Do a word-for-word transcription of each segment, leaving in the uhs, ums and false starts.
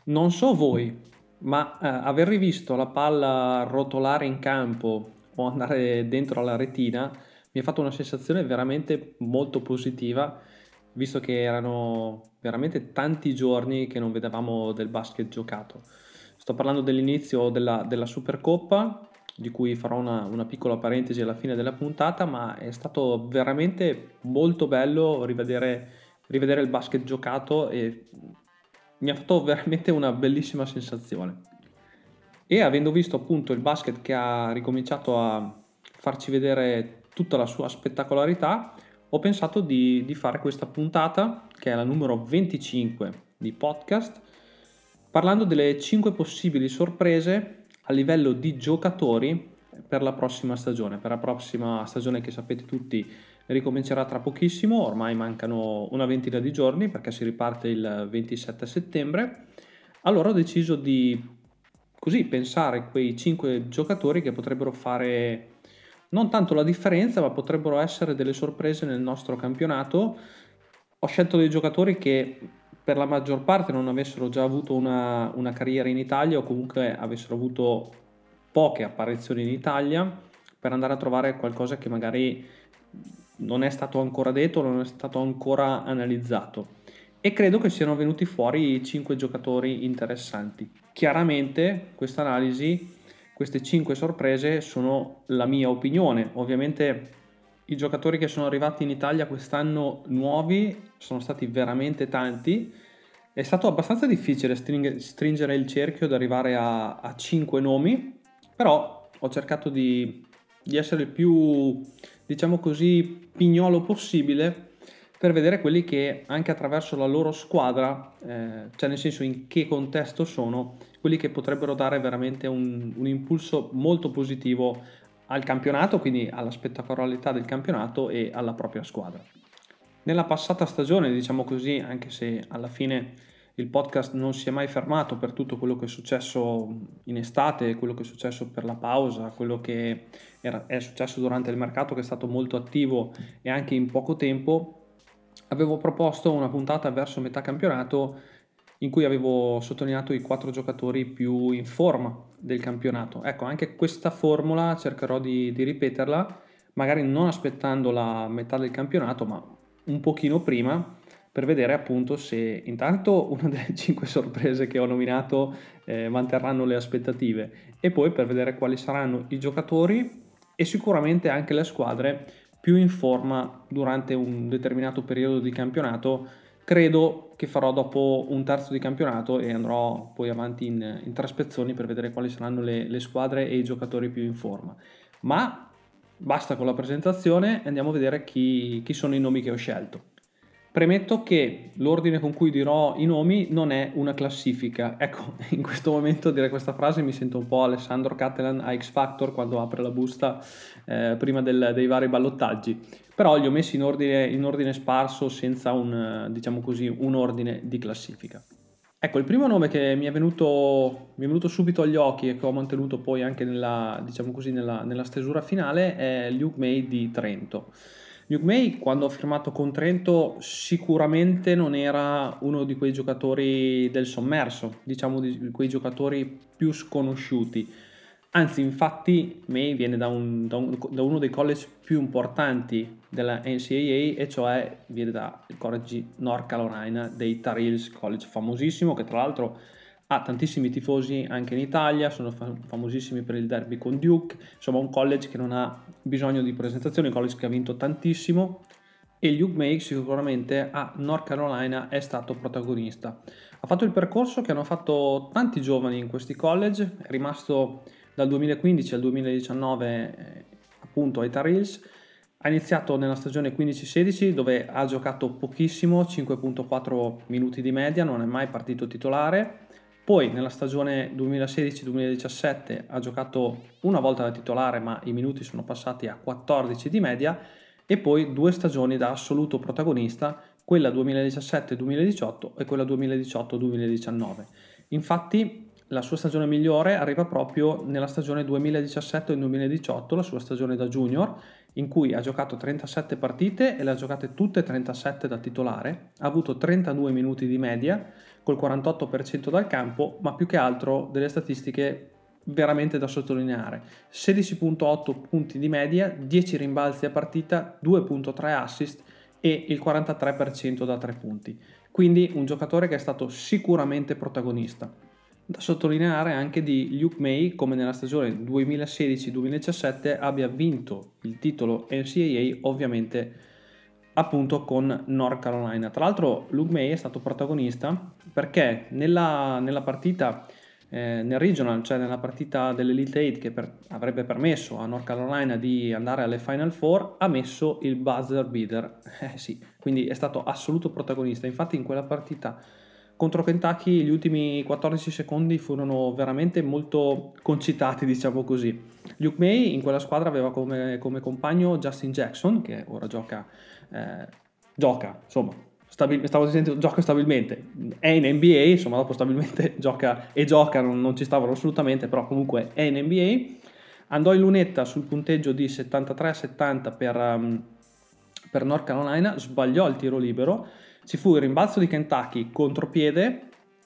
Non so voi, ma eh, aver rivisto la palla rotolare in campo o andare dentro alla retina mi ha fatto una sensazione veramente molto positiva, visto che erano veramente tanti giorni che non vedevamo del basket giocato. Sto parlando dell'inizio della, della Supercoppa, di cui farò una, una piccola parentesi alla fine della puntata, ma è stato veramente molto bello rivedere, rivedere il basket giocato e mi ha fatto veramente una bellissima sensazione. E avendo visto appunto il basket che ha ricominciato a farci vedere tutta la sua spettacolarità, ho pensato di, di fare questa puntata, che è la numero venticinque di podcast, parlando delle cinque possibili sorprese a livello di giocatori per la prossima stagione. Per la prossima stagione, che sapete tutti ricomincerà tra pochissimo, ormai mancano una ventina di giorni perché si riparte il ventisette settembre. Allora ho deciso di così pensare quei cinque giocatori che potrebbero fare non tanto la differenza, ma potrebbero essere delle sorprese nel nostro campionato. Ho scelto dei giocatori che per la maggior parte non avessero già avuto una, una carriera in Italia o comunque avessero avuto poche apparizioni in Italia, per andare a trovare qualcosa che magari non è stato ancora detto, non è stato ancora analizzato. E credo che siano venuti fuori cinque giocatori interessanti. Chiaramente questa analisi, queste cinque sorprese sono la mia opinione. Ovviamente i giocatori che sono arrivati in Italia quest'anno nuovi sono stati veramente tanti. È stato abbastanza difficile string- stringere il cerchio ed arrivare a, a cinque nomi, però ho cercato di, di essere il più, diciamo così, pignolo possibile per vedere quelli che anche attraverso la loro squadra, eh, cioè nel senso in che contesto sono, quelli che potrebbero dare veramente un, un impulso molto positivo al campionato, quindi alla spettacolarità del campionato e alla propria squadra. Nella passata stagione, diciamo così, anche se alla fine il podcast non si è mai fermato per tutto quello che è successo in estate, quello che è successo per la pausa, quello che era, è successo durante il mercato che è stato molto attivo e anche in poco tempo, avevo proposto una puntata verso metà campionato in cui avevo sottolineato i quattro giocatori più in forma del campionato. Ecco, anche questa formula cercherò di, di ripeterla, magari non aspettando la metà del campionato, ma un pochino prima, per vedere appunto se intanto una delle cinque sorprese che ho nominato eh, manterranno le aspettative e poi per vedere quali saranno i giocatori e sicuramente anche le squadre più in forma durante un determinato periodo di campionato. Credo che farò dopo un terzo di campionato e andrò poi avanti in, in tre spezzoni per vedere quali saranno le, le squadre e i giocatori più in forma. Ma basta con la presentazione e andiamo a vedere chi, chi sono i nomi che ho scelto. Premetto che l'ordine con cui dirò i nomi non è una classifica. Ecco, in questo momento dire questa frase mi sento un po' Alessandro Cattelan a X Factor quando apre la busta eh, prima del, dei vari ballottaggi. Però li ho messi in ordine, in ordine sparso senza un, diciamo così, un ordine di classifica. Ecco, il primo nome che mi è venuto, mi è venuto subito agli occhi e che ho mantenuto poi anche nella, diciamo così, nella, nella stesura finale è Luke May di Trento. Luke May, quando ho firmato con Trento, sicuramente non era uno di quei giocatori del sommerso, diciamo di quei giocatori più sconosciuti. Anzi, infatti, May viene da, un, da, un, da uno dei college più importanti della N C A A, e cioè viene dal college North Carolina dei Tar Heels, college famosissimo che tra l'altro ha tantissimi tifosi anche in Italia, sono famosissimi per il derby con Duke, insomma un college che non ha bisogno di presentazioni, un college che ha vinto tantissimo, e Luke May sicuramente a North Carolina è stato protagonista. Ha fatto il percorso che hanno fatto tanti giovani in questi college, è rimasto dal duemilaquindici al duemiladiciannove eh, appunto ai Tar Heels. Ha iniziato nella stagione quindici sedici dove ha giocato pochissimo, cinque virgola quattro minuti di media, non è mai partito titolare. Poi nella stagione duemilasedici duemiladiciassette ha giocato una volta da titolare, ma i minuti sono passati a quattordici di media, e poi due stagioni da assoluto protagonista, quella duemiladiciassette duemiladiciotto e quella duemiladiciotto duemiladiciannove. Infatti la sua stagione migliore arriva proprio nella stagione duemiladiciassette e duemiladiciotto, la sua stagione da junior, in cui ha giocato trentasette partite e le ha giocate tutte trentasette da titolare, ha avuto trentadue minuti di media, col quarantotto per cento dal campo, ma più che altro delle statistiche veramente da sottolineare: sedici virgola otto punti di media, dieci rimbalzi a partita, due virgola tre assist e il quarantatré per cento da tre punti. Quindi un giocatore che è stato sicuramente protagonista. Da sottolineare anche di Luke May come nella stagione duemilasedici duemiladiciassette abbia vinto il titolo N C A A, ovviamente appunto con North Carolina. Tra l'altro Luke May è stato protagonista perché nella, nella partita eh, nel regional, cioè nella partita dell'Elite Eight che per, avrebbe permesso a North Carolina di andare alle Final Four, ha messo il buzzer beater. Eh sì, quindi è stato assoluto protagonista. Infatti in quella partita contro Kentucky gli ultimi quattordici secondi furono veramente molto concitati, diciamo così. Luke May in quella squadra aveva come, come compagno Justin Jackson, che ora gioca, eh, gioca, insomma, stabil- stavo dicendo gioca stabilmente, è in N B A, insomma dopo stabilmente gioca e gioca, non, non ci stavano assolutamente, però comunque è in N B A. Andò in lunetta sul punteggio di settantatré a settanta per, um, per North Carolina, sbagliò il tiro libero, ci fu il rimbalzo di Kentucky contropiede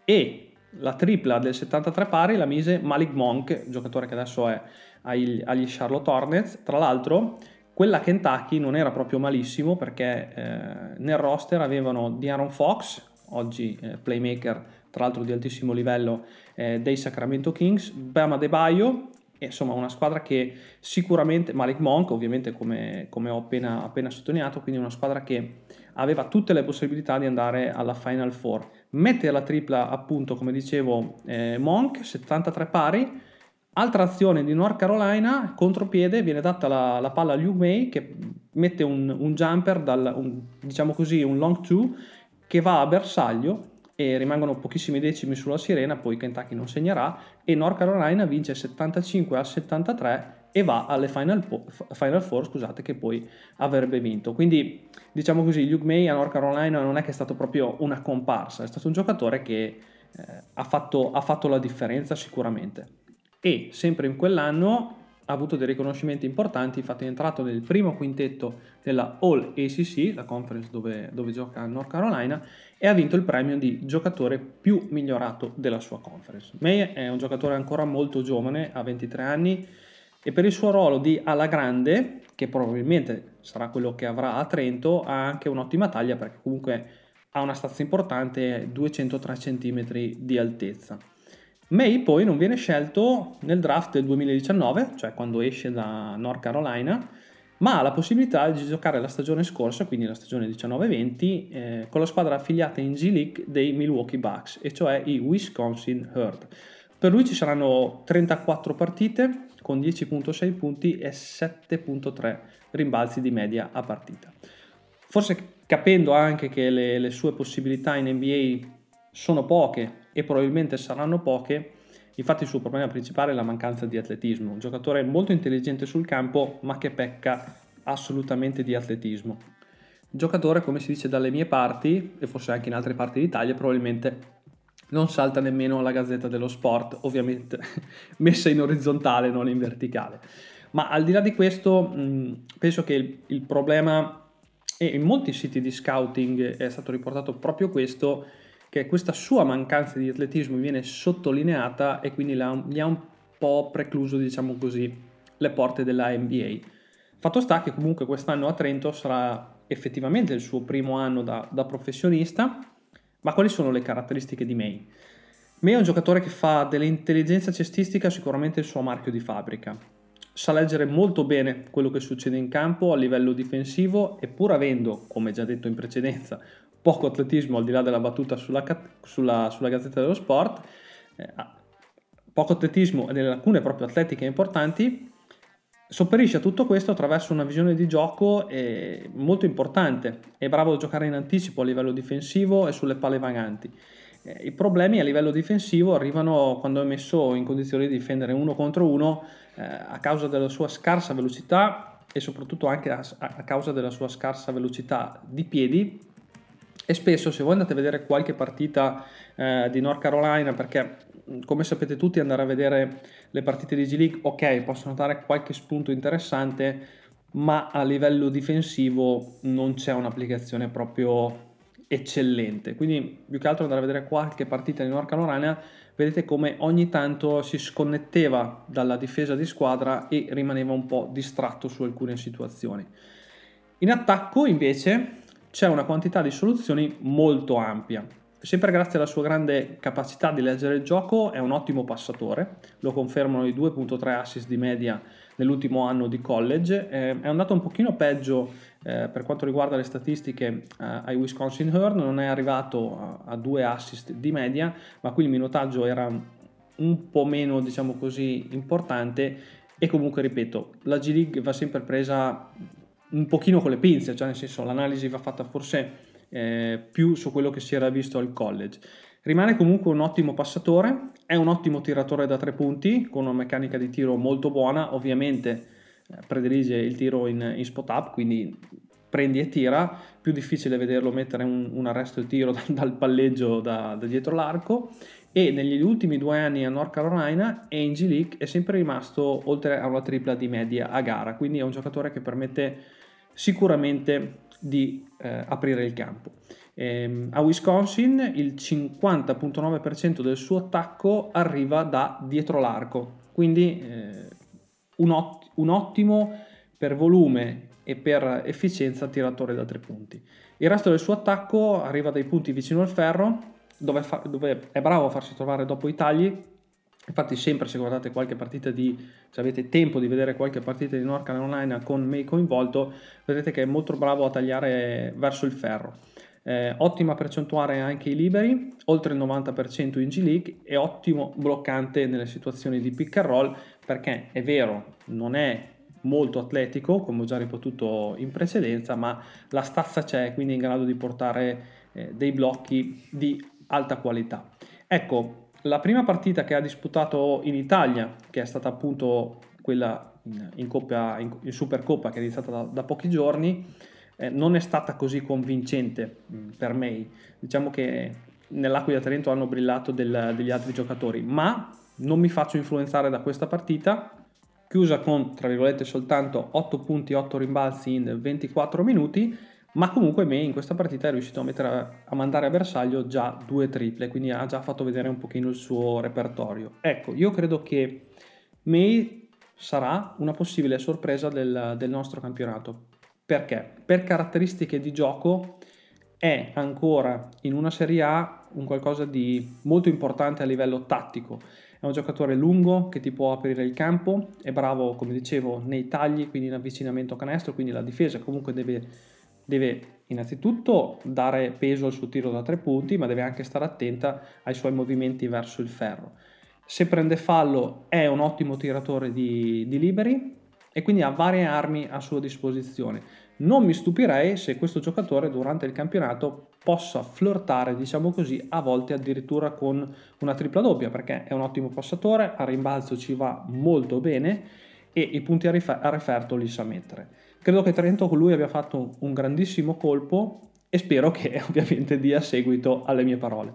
e la tripla del settantatré pari la mise Malik Monk, giocatore che adesso è agli, agli Charlotte Hornets. Tra l'altro quella Kentucky non era proprio malissimo perché eh, nel roster avevano De'Aaron Fox, oggi eh, playmaker tra l'altro di altissimo livello eh, dei Sacramento Kings, Bam Adebayo, e, insomma una squadra che sicuramente, Malik Monk ovviamente come, come ho appena, appena sottolineato, quindi una squadra che aveva tutte le possibilità di andare alla Final Four. Mette la tripla appunto come dicevo eh, Monk, settantatré pari. Altra azione di North Carolina, contropiede, viene data la, la palla a Luke May che mette un, un jumper, dal, un, diciamo così un long two, che va a bersaglio e rimangono pochissimi decimi sulla sirena, poi Kentucky non segnerà e North Carolina vince settantacinque a settantatré e va alle Final, po- Final Four, scusate, che poi avrebbe vinto. Quindi diciamo così, Luke May a North Carolina non è che è stato proprio una comparsa, è stato un giocatore che eh, ha, fatto, ha fatto la differenza sicuramente. E sempre in quell'anno ha avuto dei riconoscimenti importanti, infatti è entrato nel primo quintetto della All A C C, la conference dove, dove gioca North Carolina, e ha vinto il premio di giocatore più migliorato della sua conference. May è un giocatore ancora molto giovane, ha ventitré anni, e per il suo ruolo di ala grande, che probabilmente sarà quello che avrà a Trento, ha anche un'ottima taglia perché comunque ha una stazza importante, duecentotré centimetri di altezza. May poi non viene scelto nel draft del duemiladiciannove, cioè quando esce da North Carolina, ma ha la possibilità di giocare la stagione scorsa, quindi la stagione diciannove venti, eh, con la squadra affiliata in G League dei Milwaukee Bucks, e cioè i Wisconsin Herd. Per lui ci saranno trentaquattro partite con dieci virgola sei punti e sette virgola tre rimbalzi di media a partita. Forse capendo anche che le, le sue possibilità in N B A sono poche e probabilmente saranno poche, infatti il suo problema principale è la mancanza di atletismo. Un giocatore molto intelligente sul campo ma che pecca assolutamente di atletismo. Giocatore, come si dice dalle mie parti e forse anche in altre parti d'Italia, probabilmente non salta nemmeno alla Gazzetta dello Sport, ovviamente messa in orizzontale, non in verticale. Ma al di là di questo, mh, penso che il, il problema, e in molti siti di scouting è stato riportato proprio questo, che questa sua mancanza di atletismo viene sottolineata e quindi gli ha un po' precluso, diciamo così, le porte della N B A. Fatto sta che comunque quest'anno a Trento sarà effettivamente il suo primo anno da, da professionista. Ma quali sono le caratteristiche di May? May è un giocatore che fa dell'intelligenza cestistica sicuramente il suo marchio di fabbrica. Sa leggere molto bene quello che succede in campo a livello difensivo e pur avendo, come già detto in precedenza, poco atletismo al di là della battuta sulla, sulla, sulla Gazzetta dello Sport, eh, poco atletismo e delle lacune proprio atletiche importanti, sopperisce a tutto questo attraverso una visione di gioco eh, molto importante. È bravo a giocare in anticipo a livello difensivo e sulle palle vaganti. Eh, I problemi a livello difensivo arrivano quando è messo in condizioni di difendere uno contro uno eh, a causa della sua scarsa velocità e soprattutto anche a, a causa della sua scarsa velocità di piedi. E spesso, se voi andate a vedere qualche partita eh, di North Carolina, perché come sapete tutti andare a vedere le partite di G League, ok, possono dare qualche spunto interessante, ma a livello difensivo non c'è un'applicazione proprio eccellente, quindi più che altro andare a vedere qualche partita di North Carolina, vedete come ogni tanto si sconnetteva dalla difesa di squadra e rimaneva un po' distratto su alcune situazioni. In attacco invece c'è una quantità di soluzioni molto ampia. Sempre grazie alla sua grande capacità di leggere il gioco, è un ottimo passatore, lo confermano i due virgola tre assist di media nell'ultimo anno di college. Eh, è andato un pochino peggio eh, per quanto riguarda le statistiche eh, ai Wisconsin Herd, non è arrivato a, a due assist di media, ma qui il minutaggio era un po' meno, diciamo così, importante. E comunque, ripeto, la G League va sempre presa un pochino con le pinze, cioè nel senso l'analisi va fatta forse eh, più su quello che si era visto al college. Rimane comunque un ottimo passatore, è un ottimo tiratore da tre punti con una meccanica di tiro molto buona, ovviamente eh, predilige il tiro in, in spot up, quindi prendi e tira, più difficile vederlo mettere un, un arresto di tiro da, dal palleggio da, da dietro l'arco. E negli ultimi due anni a North Carolina e in G League è sempre rimasto oltre a una tripla di media a gara, quindi è un giocatore che permette sicuramente di eh, aprire il campo. Ehm, a Wisconsin il cinquanta virgola nove per cento del suo attacco arriva da dietro l'arco, quindi eh, un, ot- un ottimo per volume e per efficienza tiratore da tre punti. Il resto del suo attacco arriva dai punti vicino al ferro, dove, fa- dove è bravo a farsi trovare dopo i tagli. Infatti sempre se guardate qualche partita di, se avete tempo di vedere qualche partita di North Carolina con May coinvolto, vedrete che è molto bravo a tagliare verso il ferro. Eh, ottima percentuale anche i liberi, oltre il novanta per cento in G League, e ottimo bloccante nelle situazioni di pick and roll, perché è vero, non è molto atletico, come ho già ripetuto in precedenza, ma la stazza c'è, quindi è in grado di portare eh, dei blocchi di alta qualità. Ecco, la prima partita che ha disputato in Italia, che è stata appunto quella in, in, Coppa, in, in Supercoppa, che è iniziata da, da pochi giorni, eh, non è stata così convincente mh, per me. Diciamo che nell'Aquila Trento hanno brillato del, degli altri giocatori, ma non mi faccio influenzare da questa partita, chiusa con, tra virgolette, soltanto otto punti, otto rimbalzi in ventiquattro minuti, ma comunque May in questa partita è riuscito a, mettere a, a mandare a bersaglio già due triple, quindi ha già fatto vedere un pochino il suo repertorio. Ecco, io credo che May sarà una possibile sorpresa del, del nostro campionato. Perché? Per caratteristiche di gioco è ancora in una Serie A un qualcosa di molto importante a livello tattico. È un giocatore lungo che ti può aprire il campo, è bravo, come dicevo, nei tagli, quindi in avvicinamento canestro, quindi la difesa comunque deve, deve innanzitutto dare peso al suo tiro da tre punti, ma deve anche stare attenta ai suoi movimenti verso il ferro. Se prende fallo è un ottimo tiratore di, di liberi e quindi ha varie armi a sua disposizione. Non mi stupirei se questo giocatore durante il campionato possa flirtare, diciamo così, a volte addirittura con una tripla doppia, perché è un ottimo passatore, a rimbalzo ci va molto bene e i punti a, rifer- a referto li sa mettere. Credo che Trento con lui abbia fatto un grandissimo colpo e spero che ovviamente dia seguito alle mie parole.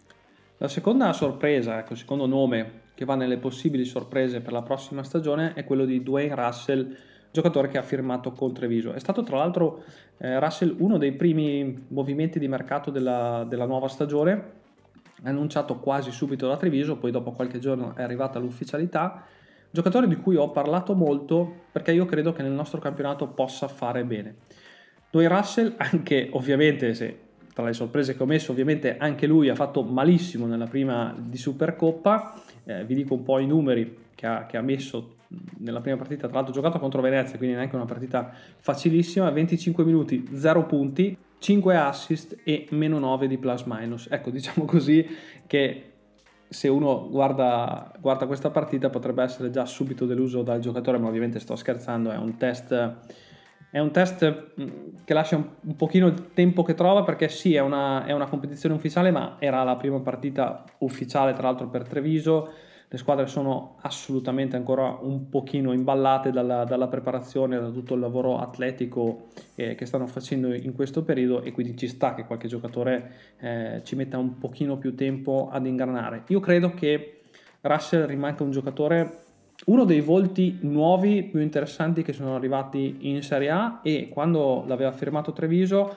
La seconda sorpresa, ecco, il secondo nome che va nelle possibili sorprese per la prossima stagione è quello di Dwayne Russell, giocatore che ha firmato con Treviso. È stato tra l'altro eh, Russell uno dei primi movimenti di mercato della, della nuova stagione, annunciato quasi subito da Treviso, poi dopo qualche giorno è arrivata l'ufficialità. Giocatore di cui ho parlato molto perché io credo che nel nostro campionato possa fare bene. Dwayne Russell, anche ovviamente se tra le sorprese che ho messo, ovviamente anche lui ha fatto malissimo nella prima di Supercoppa, eh, vi dico un po' i numeri che ha, che ha messo nella prima partita, tra l'altro giocato contro Venezia, quindi neanche una partita facilissima, venticinque minuti, zero punti, cinque assist e meno nove di plus minus. Ecco, diciamo così che se uno guarda, guarda questa partita potrebbe essere già subito deluso dal giocatore, ma ovviamente sto scherzando, è un test... È un test che lascia un, un pochino il tempo che trova, perché sì, è una, è una competizione ufficiale, ma era la prima partita ufficiale tra l'altro per Treviso. Le squadre sono assolutamente ancora un pochino imballate dalla, dalla preparazione, da tutto il lavoro atletico eh, che stanno facendo in questo periodo, e quindi ci sta che qualche giocatore eh, ci metta un pochino più tempo ad ingranare. Io credo che Russell rimanga un giocatore, uno dei volti nuovi più interessanti che sono arrivati in Serie A, e quando l'aveva firmato Treviso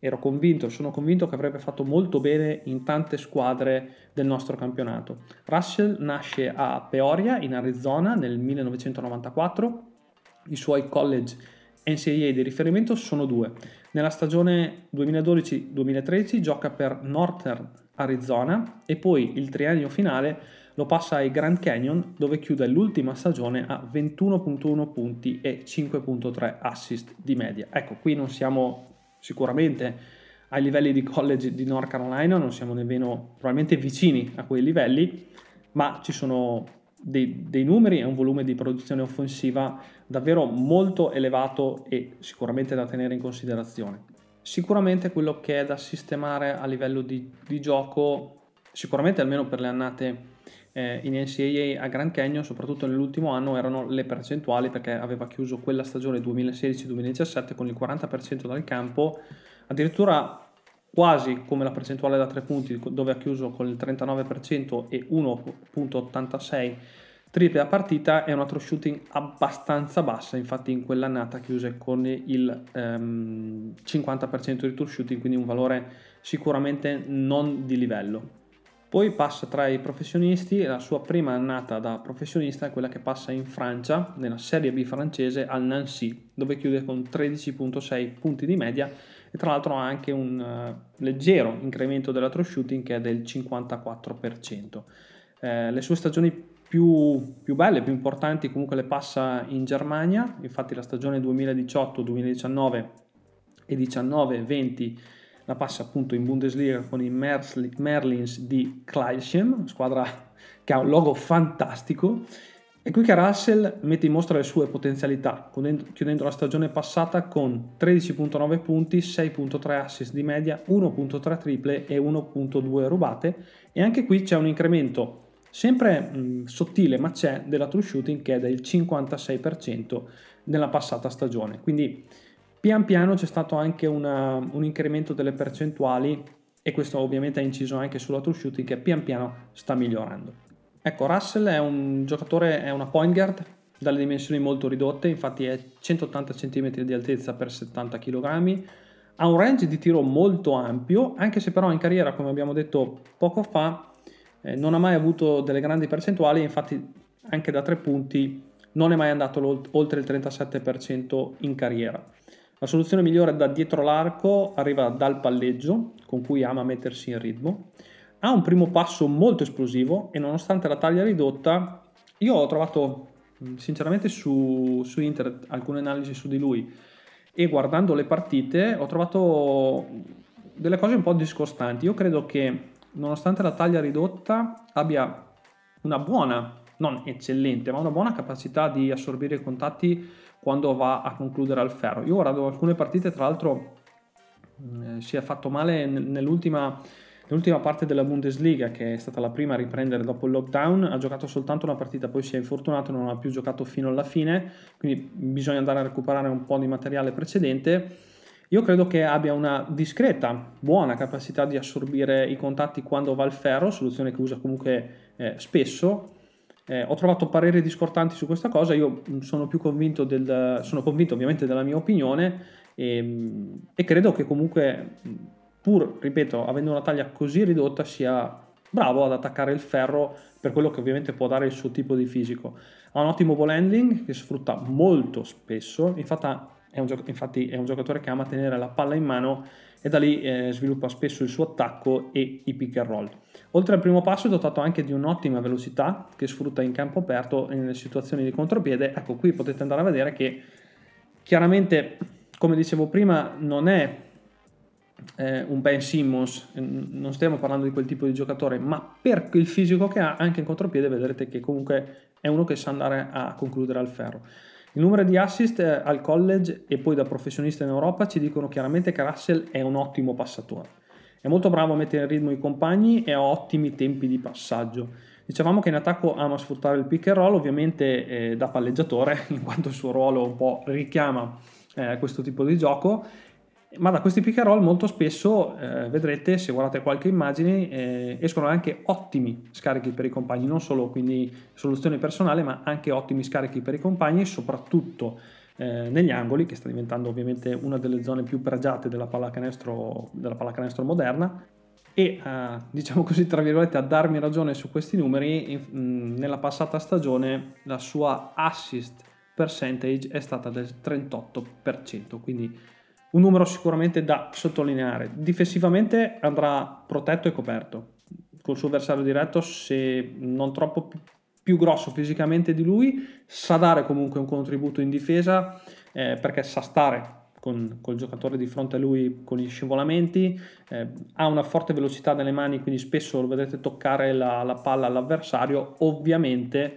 ero convinto, sono convinto che avrebbe fatto molto bene in tante squadre del nostro campionato. Russell nasce a Peoria, in Arizona, nel millenovecentonovantaquattro. I suoi college N C A A di riferimento sono due. Nella stagione duemiladodici duemilatredici gioca per Northern Arizona e poi il triennio finale lo passa ai Grand Canyon, dove chiude l'ultima stagione a ventuno virgola uno punti e cinque virgola tre assist di media. Ecco, qui non siamo sicuramente ai livelli di college di North Carolina, non siamo nemmeno probabilmente vicini a quei livelli, ma ci sono dei, dei numeri e un volume di produzione offensiva davvero molto elevato e sicuramente da tenere in considerazione. Sicuramente quello che è da sistemare a livello di, di gioco, sicuramente almeno per le annate eh, in N C A A a Grand Canyon, soprattutto nell'ultimo anno, erano le percentuali, perché aveva chiuso quella stagione duemilasedici duemiladiciassette con il quaranta per cento dal campo, addirittura quasi come la percentuale da tre punti, dove ha chiuso con il trentanove per cento e uno virgola ottantasei triple a partita. È un altro shooting abbastanza bassa, infatti in quell'annata chiuse con il um, cinquanta per cento di true shooting, quindi un valore sicuramente non di livello. Poi passa tra i professionisti, la sua prima annata da professionista è quella che passa in Francia, nella Serie B francese al Nancy, dove chiude con tredici virgola sei punti di media e tra l'altro ha anche un uh, leggero incremento della true shooting che è del cinquantaquattro per cento. Eh, le sue stagioni più, più belle, più importanti comunque le passa in Germania, infatti la stagione duemiladiciotto duemiladiciannove e diciannove venti la passa appunto in Bundesliga con i Merlins di Cleilsheim, squadra che ha un logo fantastico. È qui che Russell mette in mostra le sue potenzialità, chiudendo la stagione passata con tredici virgola nove punti, sei virgola tre assist di media, uno virgola tre triple e uno virgola due rubate, e anche qui c'è un incremento sempre mh, sottile, ma c'è, della true shooting che è del cinquantasei per cento nella passata stagione. Quindi pian piano c'è stato anche una, un incremento delle percentuali, e questo ovviamente ha inciso anche sulla true shooting che pian piano sta migliorando. Ecco, Russell è un giocatore, è una point guard dalle dimensioni molto ridotte, infatti è centottanta centimetri di altezza per settanta chilogrammi, ha un range di tiro molto ampio, anche se però in carriera, come abbiamo detto poco fa, eh, non ha mai avuto delle grandi percentuali, infatti anche da tre punti non è mai andato oltre il trentasette per cento in carriera. La soluzione migliore da dietro l'arco arriva dal palleggio, con cui ama mettersi in ritmo. Ha un primo passo molto esplosivo e nonostante la taglia ridotta, io ho trovato sinceramente su, su internet alcune analisi su di lui e guardando le partite ho trovato delle cose un po' discostanti. Io credo che nonostante la taglia ridotta abbia una buona, non eccellente, ma una buona capacità di assorbire i contatti quando va a concludere al ferro. Io ho guardato alcune partite, tra l'altro eh, si è fatto male nell'ultima, nell'ultima parte della Bundesliga, che è stata la prima a riprendere dopo il lockdown. Ha giocato soltanto una partita, poi si è infortunato, non ha più giocato fino alla fine, quindi bisogna andare a recuperare un po' di materiale precedente. Io credo che abbia una discreta, buona capacità di assorbire i contatti quando va al ferro, soluzione che usa comunque eh, spesso. Eh, ho trovato pareri discordanti su questa cosa. Io sono più convinto del, sono convinto ovviamente della mia opinione e, e credo che comunque, pur, ripeto, avendo una taglia così ridotta, sia bravo ad attaccare il ferro per quello che ovviamente può dare il suo tipo di fisico. Ha un ottimo ball handling che sfrutta molto spesso, infatti è un, gioc- infatti è un giocatore che ama tenere la palla in mano e da lì eh, sviluppa spesso il suo attacco e i pick and roll. Oltre al primo passo è dotato anche di un'ottima velocità che sfrutta in campo aperto e nelle situazioni di contropiede. Ecco, qui potete andare a vedere che chiaramente, come dicevo prima, non è eh, un Ben Simmons, non stiamo parlando di quel tipo di giocatore, ma per il fisico che ha anche in contropiede vedrete che comunque è uno che sa andare a concludere al ferro. Il numero di assist al college e poi da professionista in Europa ci dicono chiaramente che Russell è un ottimo passatore. È molto bravo a mettere in ritmo i compagni e ha ottimi tempi di passaggio. Dicevamo che in attacco ama sfruttare il pick and roll, ovviamente eh, da palleggiatore, in quanto il suo ruolo un po' richiama eh, questo tipo di gioco, ma da questi pick and roll molto spesso eh, vedrete, se guardate qualche immagine, eh, escono anche ottimi scarichi per i compagni, non solo quindi soluzioni personali, ma anche ottimi scarichi per i compagni, soprattutto eh, negli angoli, che sta diventando ovviamente una delle zone più pregiate della pallacanestro, della pallacanestro moderna. E eh, diciamo così, tra virgolette, a darmi ragione su questi numeri, in, mh, nella passata stagione la sua assist percentage è stata del trentotto per cento, quindi un numero sicuramente da sottolineare. Difensivamente andrà protetto e coperto col suo avversario diretto, se non troppo più grosso fisicamente di lui, sa dare comunque un contributo in difesa, eh, perché sa stare con col giocatore di fronte a lui con gli scivolamenti, eh, ha una forte velocità nelle mani, quindi spesso lo vedete toccare la, la palla all'avversario. Ovviamente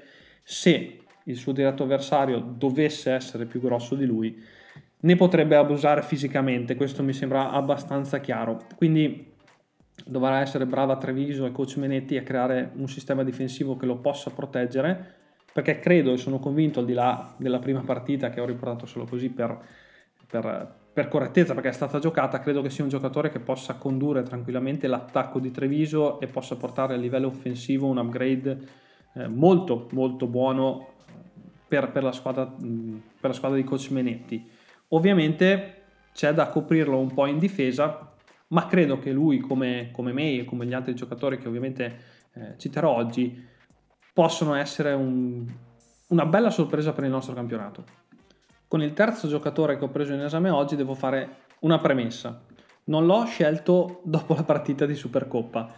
se il suo diretto avversario dovesse essere più grosso di lui, ne potrebbe abusare fisicamente, questo mi sembra abbastanza chiaro, quindi dovrà essere brava Treviso e coach Menetti a creare un sistema difensivo che lo possa proteggere, perché credo e sono convinto, al di là della prima partita che ho riportato solo così per Per, per correttezza, perché è stata giocata, credo che sia un giocatore che possa condurre tranquillamente l'attacco di Treviso e possa portare a livello offensivo un upgrade eh, molto molto buono per, per, la squadra, per la squadra di coach Menetti. Ovviamente c'è da coprirlo un po' in difesa, ma credo che lui, come, come me e come gli altri giocatori che ovviamente eh, citerò oggi, possono essere un, una bella sorpresa per il nostro campionato. Con il terzo giocatore che ho preso in esame oggi devo fare una premessa. Non l'ho scelto dopo la partita di Supercoppa.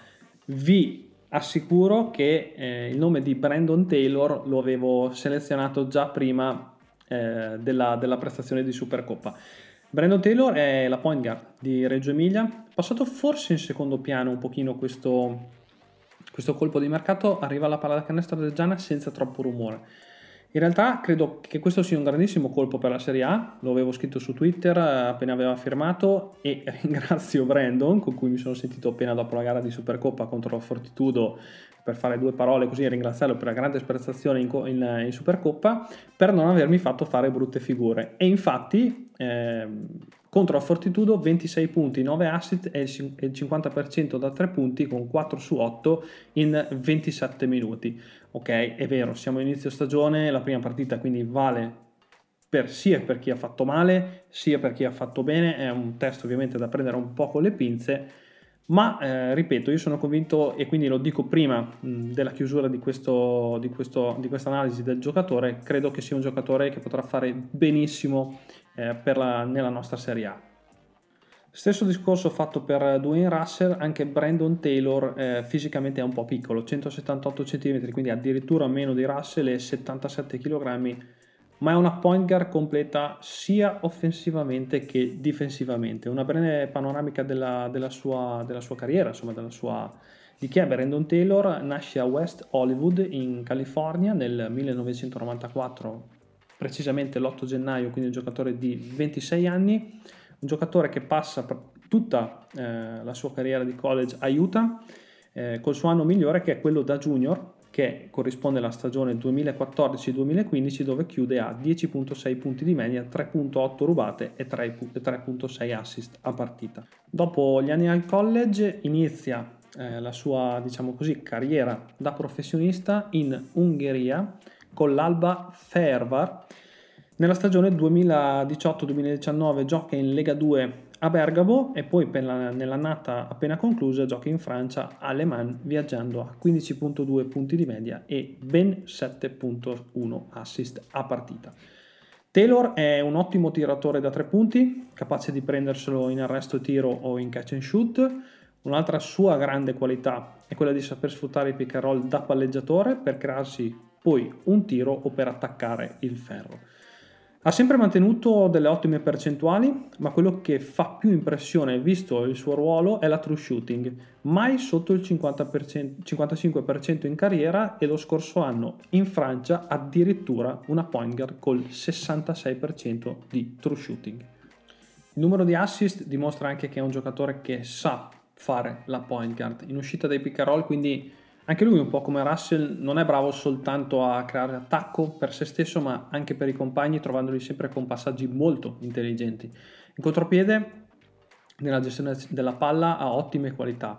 Vi assicuro che eh, il nome di Brandon Taylor lo avevo selezionato già prima eh, della, della prestazione di Supercoppa. Brandon Taylor è la point guard di Reggio Emilia, passato forse in secondo piano un pochino questo, questo colpo di mercato, arriva alla pallacanestro reggiana senza troppo rumore. In realtà credo che questo sia un grandissimo colpo per la Serie A, lo avevo scritto su Twitter appena aveva firmato, e ringrazio Brandon, con cui mi sono sentito appena dopo la gara di Supercoppa contro la Fortitudo per fare due parole così e ringraziarlo per la grande prestazione in, in, in Supercoppa, per non avermi fatto fare brutte figure. E infatti eh, contro la Fortitudo ventisei punti, nove assist e il cinquanta per cento da tre punti con quattro su otto in ventisette minuti. Ok, è vero, siamo a inizio stagione, la prima partita quindi vale per sia per chi ha fatto male sia per chi ha fatto bene, è un test ovviamente da prendere un po' con le pinze, ma eh, ripeto, io sono convinto, e quindi lo dico prima mh, della chiusura di questo di questo di questa analisi del giocatore, credo che sia un giocatore che potrà fare benissimo eh, per la, nella nostra Serie A. Stesso discorso fatto per Dwayne Russell, anche Brandon Taylor eh, fisicamente è un po' piccolo, centosettantotto centimetri, quindi addirittura meno di Russell, e settantasette chilogrammi, ma è una point guard completa sia offensivamente che difensivamente. Una breve panoramica della, della, sua, della sua carriera, insomma della sua, di chi è Brandon Taylor. Nasce a West Hollywood in California nel millenovecentonovantaquattro, precisamente l'otto gennaio, quindi un giocatore di ventisei anni. Un giocatore che passa tutta eh, la sua carriera di college a Utah, eh, col suo anno migliore che è quello da junior, che corrisponde alla stagione duemilaquattordici duemilaquindici, dove chiude a dieci virgola sei punti di media, tre virgola otto rubate e tre virgola sei assist a partita. Dopo gli anni al college inizia eh, la sua, diciamo così, carriera da professionista in Ungheria con l'Alba Fehervar. Nella stagione duemiladiciotto duemiladiciannove gioca in Lega due a Bergamo e poi per la, nell'annata appena conclusa gioca in Francia a Le Mans, viaggiando a quindici virgola due punti di media e ben sette virgola uno assist a partita. Taylor è un ottimo tiratore da tre punti, capace di prenderselo in arresto tiro o in catch and shoot. Un'altra sua grande qualità è quella di saper sfruttare il pick and roll da palleggiatore per crearsi poi un tiro o per attaccare il ferro. Ha sempre mantenuto delle ottime percentuali, ma quello che fa più impressione, visto il suo ruolo, è la true shooting, mai sotto il cinquanta per cento, cinquantacinque per cento in carriera, e lo scorso anno in Francia addirittura una point guard col sessantasei per cento di true shooting. Il numero di assist dimostra anche che è un giocatore che sa fare la point guard in uscita dai pick and roll, quindi anche lui, un po' come Russell, non è bravo soltanto a creare attacco per se stesso, ma anche per i compagni, trovandoli sempre con passaggi molto intelligenti. In contropiede, nella gestione della palla ha ottime qualità.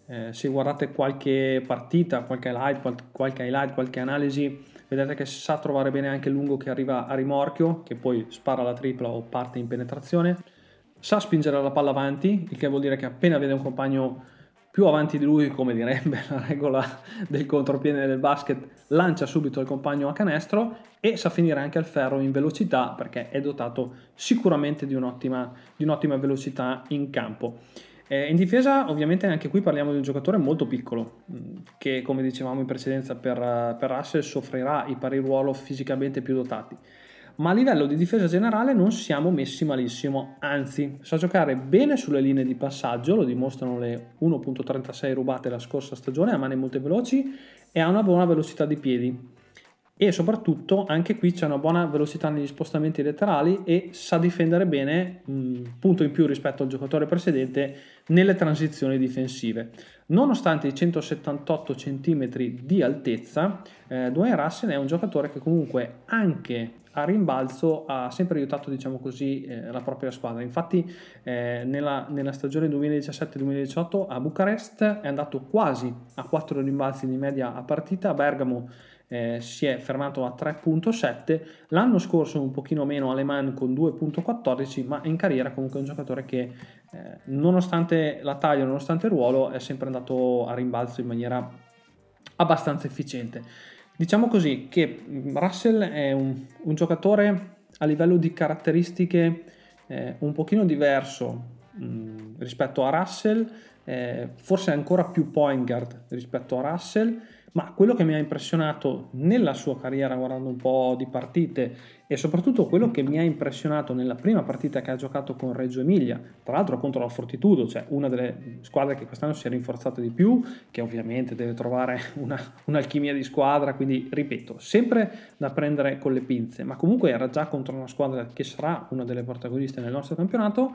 Eh, se guardate qualche partita, qualche highlight, qualche, qualche highlight, qualche analisi, vedete che sa trovare bene anche il lungo che arriva a rimorchio, che poi spara la tripla o parte in penetrazione. Sa spingere la palla avanti, il che vuol dire che appena vede un compagno più avanti di lui, come direbbe la regola del contropiede del basket, lancia subito il compagno a canestro e sa finire anche al ferro in velocità, perché è dotato sicuramente di un'ottima, di un'ottima velocità in campo. Eh, in difesa ovviamente anche qui parliamo di un giocatore molto piccolo, che come dicevamo in precedenza per, per Russell soffrirà i pari ruolo fisicamente più dotati. Ma a livello di difesa generale non siamo messi malissimo, anzi sa giocare bene sulle linee di passaggio, lo dimostrano le uno virgola trentasei rubate la scorsa stagione a mani molto veloci e ha una buona velocità di piedi e soprattutto anche qui c'è una buona velocità negli spostamenti laterali e sa difendere bene, mh, punto in più rispetto al giocatore precedente, nelle transizioni difensive. Nonostante i centosettantotto centimetri di altezza, eh, Dwayne Russell è un giocatore che comunque anche a rimbalzo ha sempre aiutato, diciamo così, eh, la propria squadra. Infatti eh, nella, nella stagione duemiladiciassette duemiladiciotto a Bucarest è andato quasi a quattro rimbalzi di media a partita, a Bergamo eh, si è fermato a tre virgola sette, l'anno scorso un pochino meno a Le Mans con due virgola quattordici, ma in carriera comunque è un giocatore che eh, nonostante la taglia, nonostante il ruolo, è sempre andato a rimbalzo in maniera abbastanza efficiente. Diciamo così che Russell è un, un giocatore a livello di caratteristiche eh, un pochino diverso mh, rispetto a Russell, eh, forse ancora più point guard rispetto a Russell, ma quello che mi ha impressionato nella sua carriera guardando un po' di partite e soprattutto quello che mi ha impressionato nella prima partita che ha giocato con Reggio Emilia, tra l'altro contro la Fortitudo, cioè una delle squadre che quest'anno si è rinforzata di più, che ovviamente deve trovare una, un'alchimia di squadra, quindi ripeto, sempre da prendere con le pinze, ma comunque era già contro una squadra che sarà una delle protagoniste nel nostro campionato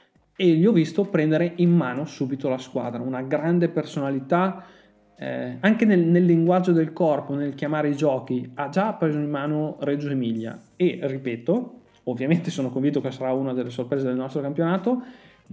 e gli ho visto prendere in mano subito la squadra, una grande personalità. Eh, anche nel, nel linguaggio del corpo, nel chiamare i giochi, ha già preso in mano Reggio Emilia e ripeto, ovviamente sono convinto che sarà una delle sorprese del nostro campionato,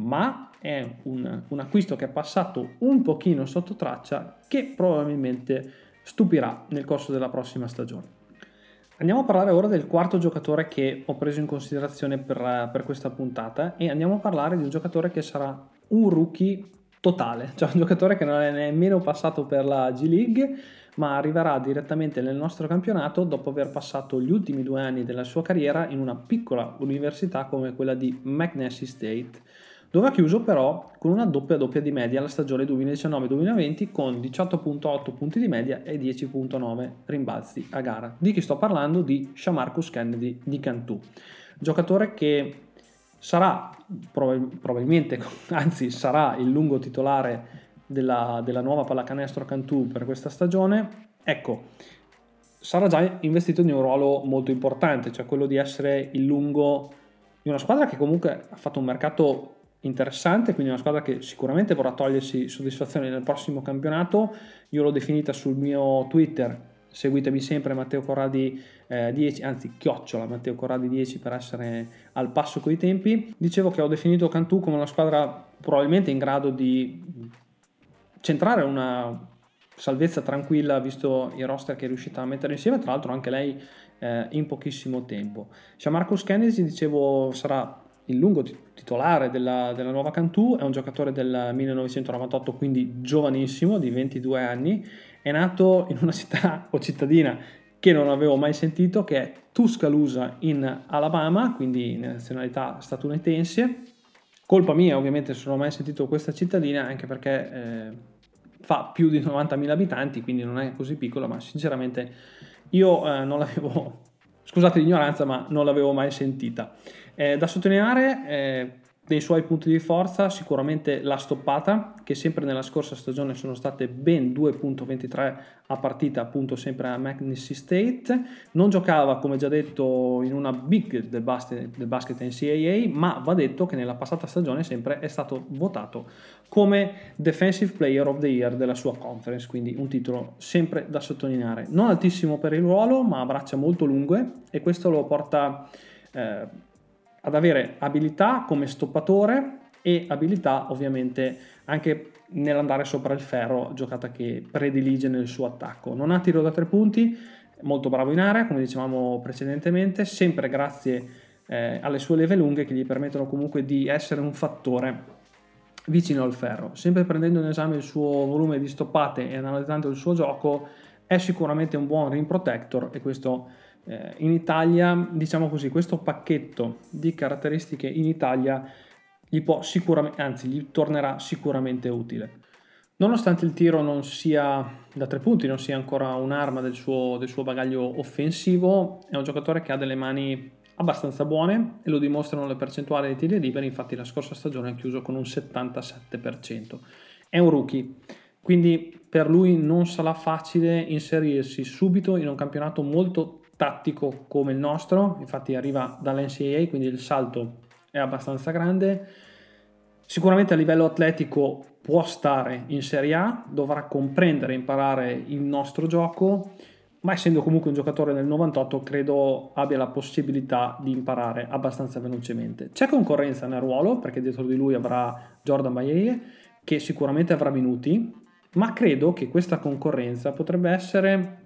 ma è un, un acquisto che è passato un pochino sotto traccia che probabilmente stupirà nel corso della prossima stagione. Andiamo a parlare ora del quarto giocatore che ho preso in considerazione per, per questa puntata e andiamo a parlare di un giocatore che sarà un rookie totale, cioè un giocatore che non è nemmeno passato per la G League, ma arriverà direttamente nel nostro campionato dopo aver passato gli ultimi due anni della sua carriera in una piccola università come quella di McNessy State, dove ha chiuso però con una doppia doppia di media la stagione duemiladiciannove duemilaventi con diciotto virgola otto punti di media e dieci virgola nove rimbalzi a gara. Di chi sto parlando? Di Shamarcus Kennedy di Cantù, giocatore che sarà prob- probabilmente, anzi sarà il lungo titolare della, della nuova pallacanestro Cantù per questa stagione. Ecco, sarà già investito in un ruolo molto importante, cioè quello di essere il lungo di una squadra che comunque ha fatto un mercato interessante, quindi una squadra che sicuramente vorrà togliersi soddisfazione nel prossimo campionato. Io l'ho definita sul mio Twitter, seguitemi sempre Matteo Corradi eh, dieci, anzi chiocciola Matteo Corradi dieci per essere al passo coi tempi. Dicevo che ho definito Cantù come una squadra probabilmente in grado di centrare una salvezza tranquilla visto il roster che è riuscita a mettere insieme, tra l'altro anche lei eh, in pochissimo tempo. Shamarcus Kennedy, dicevo, sarà il lungo titolare della, della nuova Cantù, è un giocatore del millenovecentonovantotto, quindi giovanissimo, di ventidue anni, è nato in una città o cittadina che non avevo mai sentito, che è Tuscaloosa in Alabama, quindi nazionalità statunitense. Colpa mia ovviamente se non ho mai sentito questa cittadina, anche perché eh, fa più di novantamila abitanti, quindi non è così piccola, ma sinceramente io eh, non l'avevo, scusate l'ignoranza, ma non l'avevo mai sentita. Eh, da sottolineare eh, dei suoi punti di forza sicuramente la stoppata, che sempre nella scorsa stagione sono state ben due virgola ventitré a partita, appunto sempre a McNessy State. Non giocava, come già detto, in una big del basket, del basket N C A A, ma va detto che nella passata stagione sempre è stato votato come Defensive Player of the Year della sua conference, quindi un titolo sempre da sottolineare. Non altissimo per il ruolo, ma a braccia molto lunghe, e questo lo porta eh, ad avere abilità come stoppatore e abilità ovviamente anche nell'andare sopra il ferro, giocata che predilige nel suo attacco. Non ha tiro da tre punti, molto bravo in area, come dicevamo precedentemente, sempre grazie eh, alle sue leve lunghe che gli permettono comunque di essere un fattore vicino al ferro. Sempre prendendo in esame il suo volume di stoppate e analizzando il suo gioco, è sicuramente un buon rim protector, e questo eh, in Italia, diciamo così, questo pacchetto di caratteristiche in Italia gli può sicuramente, anzi gli tornerà sicuramente utile. Nonostante il tiro non sia da tre punti, non sia ancora un'arma del suo, del suo bagaglio offensivo, è un giocatore che ha delle mani abbastanza buone e lo dimostrano le percentuali dei tiri liberi. Infatti la scorsa stagione ha chiuso con un settantasette per cento. È un rookie, quindi per lui non sarà facile inserirsi subito in un campionato molto tattico come il nostro. Infatti arriva dall'N C A A, quindi il salto è abbastanza grande. Sicuramente a livello atletico può stare in Serie A, dovrà comprendere e imparare il nostro gioco, ma essendo comunque un giocatore del novantotto credo abbia la possibilità di imparare abbastanza velocemente. C'è concorrenza nel ruolo, perché dietro di lui avrà Jordan Baye, che sicuramente avrà minuti, ma credo che questa concorrenza potrebbe essere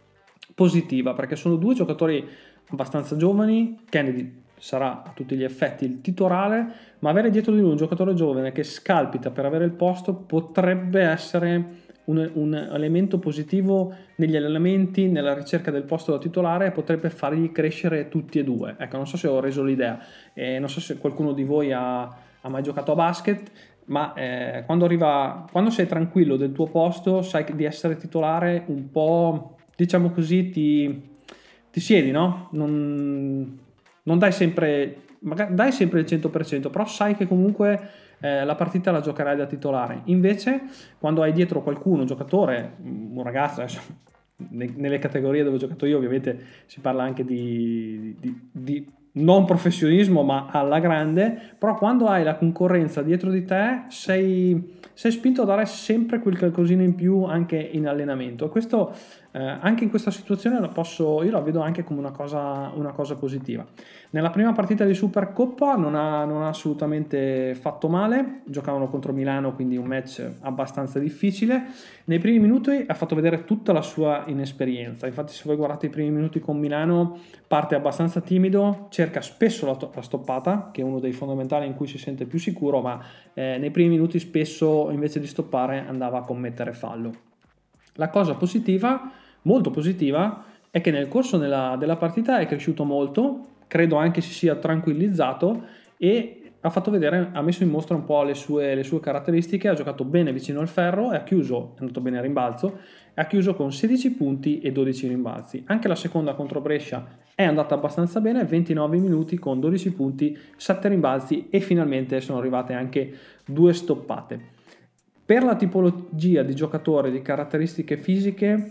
positiva, perché sono due giocatori abbastanza giovani. Kennedy sarà a tutti gli effetti il titolare, ma avere dietro di lui un giocatore giovane che scalpita per avere il posto potrebbe essere un, un elemento positivo negli allenamenti, nella ricerca del posto da titolare, e potrebbe fargli crescere tutti e due. Ecco, non so se ho reso l'idea, eh, non so se qualcuno di voi ha, ha mai giocato a basket, ma eh, quando arriva, quando sei tranquillo del tuo posto, sai di essere titolare un po', diciamo così, ti, ti siedi, no? Non, non dai sempre, magari dai sempre il cento per cento, però sai che comunque eh, la partita la giocherai da titolare. Invece quando hai dietro qualcuno, un giocatore, un ragazzo, adesso, nelle categorie dove ho giocato io ovviamente si parla anche di, di, di non professionismo ma alla grande, però quando hai la concorrenza dietro di te sei, sei spinto a dare sempre quel qualcosina in più anche in allenamento. Questo eh, anche in questa situazione lo posso, io la vedo anche come una cosa, una cosa positiva. Nella prima partita di Supercoppa non ha, non ha assolutamente fatto male, giocavano contro Milano, quindi un match abbastanza difficile. Nei primi minuti ha fatto vedere tutta la sua inesperienza, infatti se voi guardate i primi minuti con Milano parte abbastanza timido, cerca spesso la, to- la stoppata, che è uno dei fondamentali in cui si sente più sicuro, ma eh, nei primi minuti spesso invece di stoppare andava a commettere fallo. La cosa positiva, molto positiva, è che nel corso della, della partita è cresciuto molto, credo anche si sia tranquillizzato e ha fatto vedere, ha messo in mostra un po' le sue, le sue caratteristiche, ha giocato bene vicino al ferro e ha chiuso, è andato bene a rimbalzo, e ha chiuso con sedici punti e dodici rimbalzi. Anche la seconda contro Brescia è andata abbastanza bene, ventinove minuti con dodici punti, sette rimbalzi e finalmente sono arrivate anche due stoppate. Per la tipologia di giocatore, di caratteristiche fisiche,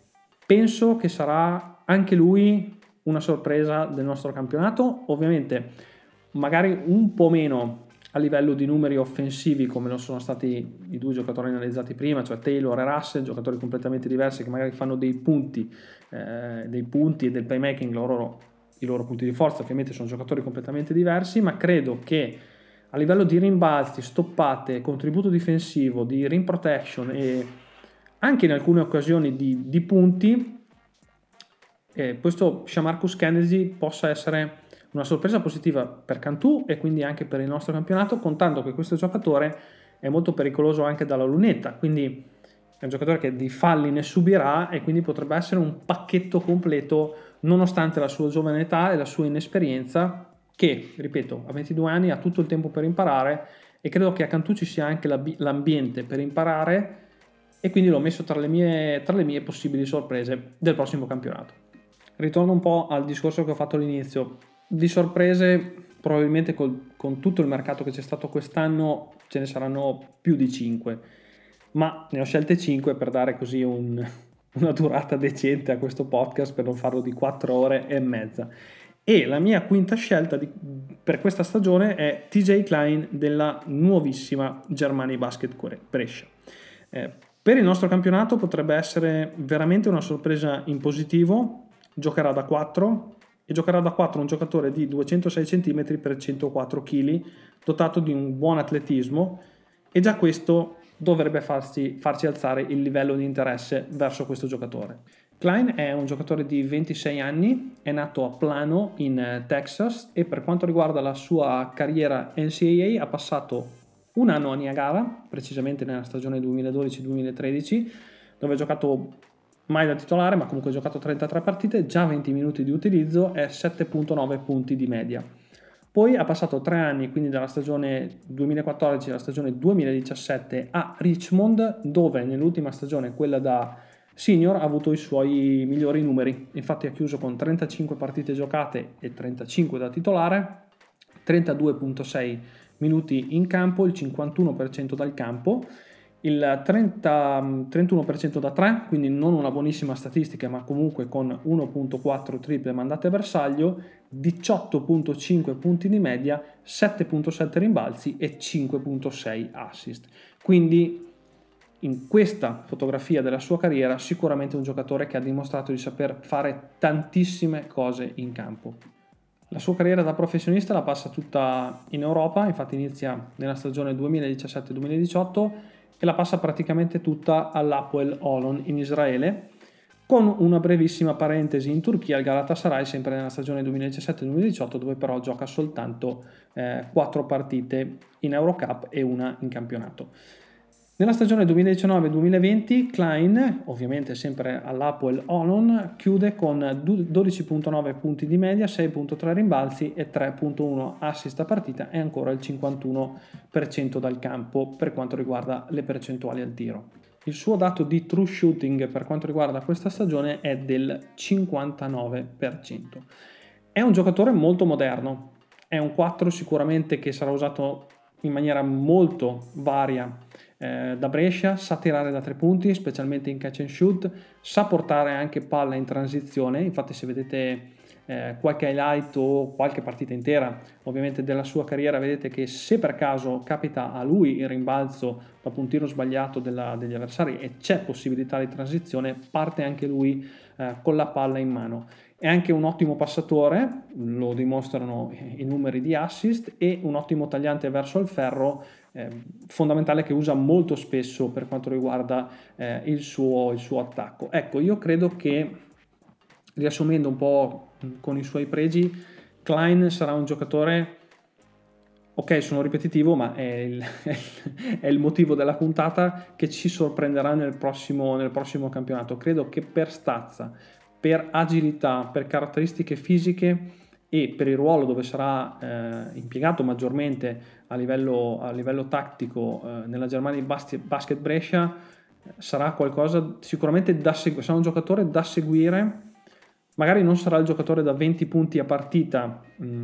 penso che sarà anche lui una sorpresa del nostro campionato. Ovviamente magari un po' meno a livello di numeri offensivi come lo sono stati i due giocatori analizzati prima, cioè Taylor e Russell, giocatori completamente diversi che magari fanno dei punti, eh, dei punti e del playmaking, loro, i loro punti di forza ovviamente sono giocatori completamente diversi, ma credo che a livello di rimbalzi, stoppate, contributo difensivo, di rim protection e anche in alcune occasioni di, di punti, eh, questo Shamarcus Kennedy possa essere una sorpresa positiva per Cantù e quindi anche per il nostro campionato, contando che questo giocatore è molto pericoloso anche dalla lunetta, quindi è un giocatore che di falli ne subirà e quindi potrebbe essere un pacchetto completo nonostante la sua giovane età e la sua inesperienza, che, ripeto, a ventidue anni ha tutto il tempo per imparare, e credo che a Cantù ci sia anche l'ambiente per imparare, e quindi l'ho messo tra le mie, tra le mie possibili sorprese del prossimo campionato. Ritorno un po' al discorso che ho fatto all'inizio. Di sorprese probabilmente col, con tutto il mercato che c'è stato quest'anno ce ne saranno più di cinque, ma ne ho scelte cinque per dare così un, una durata decente a questo podcast, per non farlo di quattro ore e mezza. E la mia quinta scelta di, per questa stagione è T J Klein della nuovissima Germania Basket Brescia. Eh, per il nostro campionato potrebbe essere veramente una sorpresa in positivo. Giocherà da quattro e giocherà da quattro un giocatore di duecentosei centimetri per centoquattro chili, dotato di un buon atletismo, e già questo dovrebbe farsi, farci alzare il livello di interesse verso questo giocatore. Klein è un giocatore di ventisei anni, è nato a Plano in Texas e per quanto riguarda la sua carriera N C A A ha passato un anno a Niagara, precisamente nella stagione duemiladodici duemilatredici, dove ha giocato mai da titolare, ma comunque ha giocato trentatré partite, già venti minuti di utilizzo e sette virgola nove punti di media. Poi ha passato tre anni, quindi dalla stagione duemilaquattordici alla stagione duemiladiciassette a Richmond, dove nell'ultima stagione, quella da senior, ha avuto i suoi migliori numeri. Infatti ha chiuso con trentacinque partite giocate e trentacinque da titolare, trentadue virgola sei minuti in campo, il cinquantuno per cento dal campo, il trenta, trentuno per cento da tre, quindi non una buonissima statistica, ma comunque con uno virgola quattro triple mandate a bersaglio, diciotto virgola cinque punti di media, sette virgola sette rimbalzi e cinque virgola sei assist. Quindi in questa fotografia della sua carriera sicuramente un giocatore che ha dimostrato di saper fare tantissime cose in campo. La sua carriera da professionista la passa tutta in Europa, infatti inizia nella stagione duemiladiciassette duemiladiciotto e la passa praticamente tutta all'Hapoel Holon in Israele, con una brevissima parentesi in Turchia al Galatasaray sempre nella stagione duemiladiciassette duemiladiciotto, dove però gioca soltanto eh, quattro partite in Eurocup e una in campionato. Nella stagione duemiladiciannove duemilaventi Klein, ovviamente sempre all'Hapoel Holon, chiude con dodici virgola nove punti di media, sei virgola tre rimbalzi e tre virgola uno assist a partita e ancora il cinquantuno per cento dal campo per quanto riguarda le percentuali al tiro. Il suo dato di true shooting per quanto riguarda questa stagione è del cinquantanove per cento. È un giocatore molto moderno, è un quattro sicuramente che sarà usato in maniera molto varia eh, da Brescia, sa tirare da tre punti, specialmente in catch and shoot, sa portare anche palla in transizione. Infatti se vedete eh, qualche highlight o qualche partita intera ovviamente della sua carriera, vedete che se per caso capita a lui il rimbalzo dopo un tiro sbagliato della, degli avversari e c'è possibilità di transizione, parte anche lui eh, con la palla in mano. È anche un ottimo passatore, lo dimostrano i numeri di assist, e un ottimo tagliante verso il ferro, eh, fondamentale, che usa molto spesso per quanto riguarda eh, il, suo, il suo attacco. Ecco, io credo che, riassumendo un po' con i suoi pregi, Klein sarà un giocatore, ok, sono ripetitivo, ma è il, è il motivo della puntata, che ci sorprenderà nel prossimo, nel prossimo campionato. Credo che per stazza, per agilità, per caratteristiche fisiche e per il ruolo dove sarà eh, impiegato maggiormente a livello, a livello tattico eh, nella Germania Basket, Basket Brescia, sarà qualcosa sicuramente da seguire, sarà un giocatore da seguire. Magari non sarà il giocatore da venti punti a partita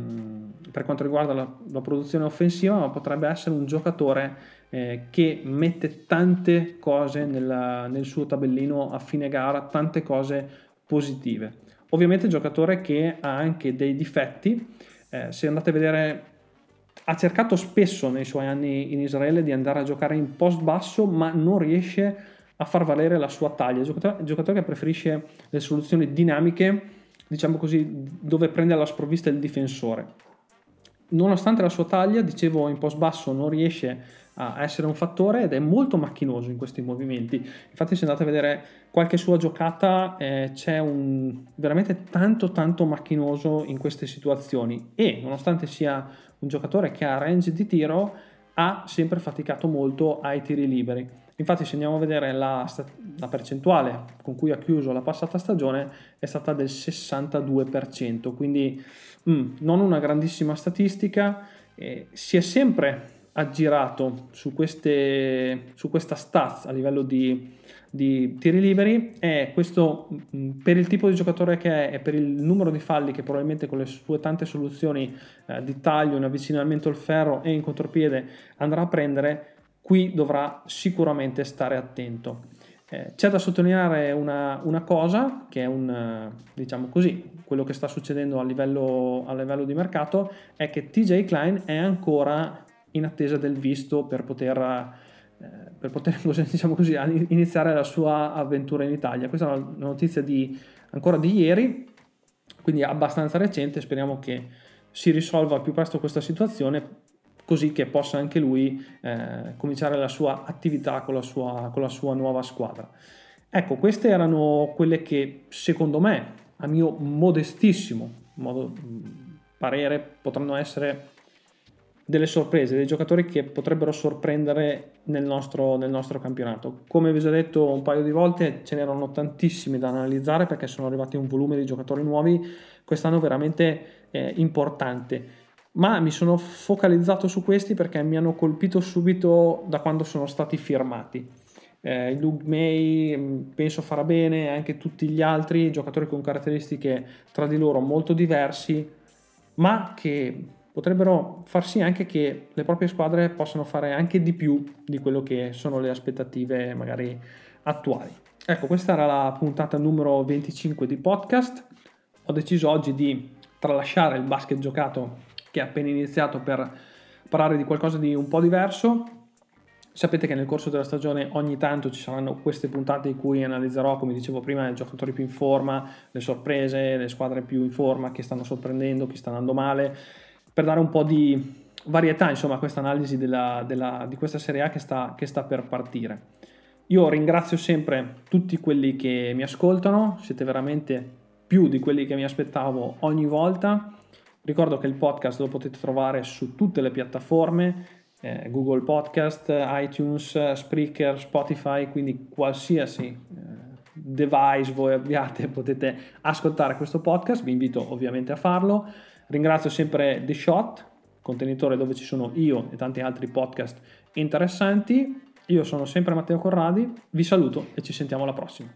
mh, per quanto riguarda la, la produzione offensiva, ma potrebbe essere un giocatore eh, che mette tante cose nella, nel suo tabellino a fine gara, tante cose positive. Ovviamente giocatore che ha anche dei difetti, eh, se andate a vedere, ha cercato spesso nei suoi anni in Israele di andare a giocare in post basso, ma non riesce a far valere la sua taglia. È giocatore, è giocatore che preferisce le soluzioni dinamiche, diciamo così, dove prende alla sprovvista il difensore. Nonostante la sua taglia, dicevo, in post basso non riesce a essere un fattore ed è molto macchinoso in questi movimenti. Infatti se andate a vedere qualche sua giocata eh, c'è un veramente tanto tanto macchinoso in queste situazioni, e nonostante sia un giocatore che ha range di tiro, ha sempre faticato molto ai tiri liberi. Infatti se andiamo a vedere la, la percentuale con cui ha chiuso la passata stagione è stata del sessantadue per cento, quindi mm, non una grandissima statistica. Eh, si è sempre aggirato su queste su questa stats a livello di, di tiri liberi, e questo mh, per il tipo di giocatore che è e per il numero di falli che probabilmente con le sue tante soluzioni eh, di taglio, in avvicinamento al ferro e in contropiede andrà a prendere, qui dovrà sicuramente stare attento. Eh, c'è da sottolineare una, una cosa, che è un, diciamo così, quello che sta succedendo a livello, a livello di mercato, è che T J Klein è ancora in attesa del visto per poter, eh, per poter diciamo così, iniziare la sua avventura in Italia. Questa è una notizia di, ancora di ieri, quindi abbastanza recente. Speriamo che si risolva al più presto questa situazione, così che possa anche lui eh, cominciare la sua attività con la sua, con la sua nuova squadra. Ecco, queste erano quelle che secondo me, a mio modestissimo modo, parere, potranno essere delle sorprese, dei giocatori che potrebbero sorprendere nel nostro, nel nostro campionato. Come vi ho già detto un paio di volte, ce n'erano tantissimi da analizzare perché sono arrivati un volume di giocatori nuovi quest'anno veramente eh, importante. Ma mi sono focalizzato su questi perché mi hanno colpito subito da quando sono stati firmati. Eh, Luke May penso farà bene, anche tutti gli altri giocatori con caratteristiche tra di loro molto diversi, ma che potrebbero far sì anche che le proprie squadre possano fare anche di più di quello che sono le aspettative magari attuali. Ecco, questa era la puntata numero venticinque di podcast. Ho deciso oggi di tralasciare il basket giocato che è appena iniziato per parlare di qualcosa di un po' diverso. Sapete che nel corso della stagione ogni tanto ci saranno queste puntate in cui analizzerò, come dicevo prima, i giocatori più in forma, le sorprese, le squadre più in forma, che stanno sorprendendo, chi sta andando male, per dare un po' di varietà, insomma, a questa analisi della, della, di questa Serie A che sta, che sta per partire. Io ringrazio sempre tutti quelli che mi ascoltano, siete veramente più di quelli che mi aspettavo ogni volta. Ricordo che il podcast lo potete trovare su tutte le piattaforme, eh, Google Podcast, iTunes, Spreaker, Spotify, quindi qualsiasi eh, device voi abbiate potete ascoltare questo podcast, vi invito ovviamente a farlo. Ringrazio sempre The Shot, contenitore dove ci sono io e tanti altri podcast interessanti. Io sono sempre Matteo Corradi, vi saluto e ci sentiamo alla prossima.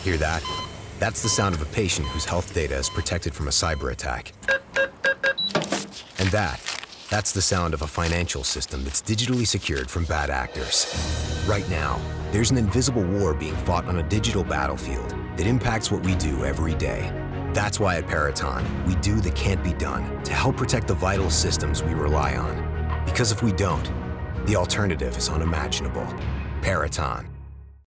Hear that? That's the sound of a patient whose health data is protected from a cyber attack. And that, that's the sound of a financial system that's digitally secured from bad actors. Right now, there's an invisible war being fought on a digital battlefield that impacts what we do every day. That's why at Peraton, we do the can't be done to help protect the vital systems we rely on. Because if we don't, the alternative is unimaginable. Peraton,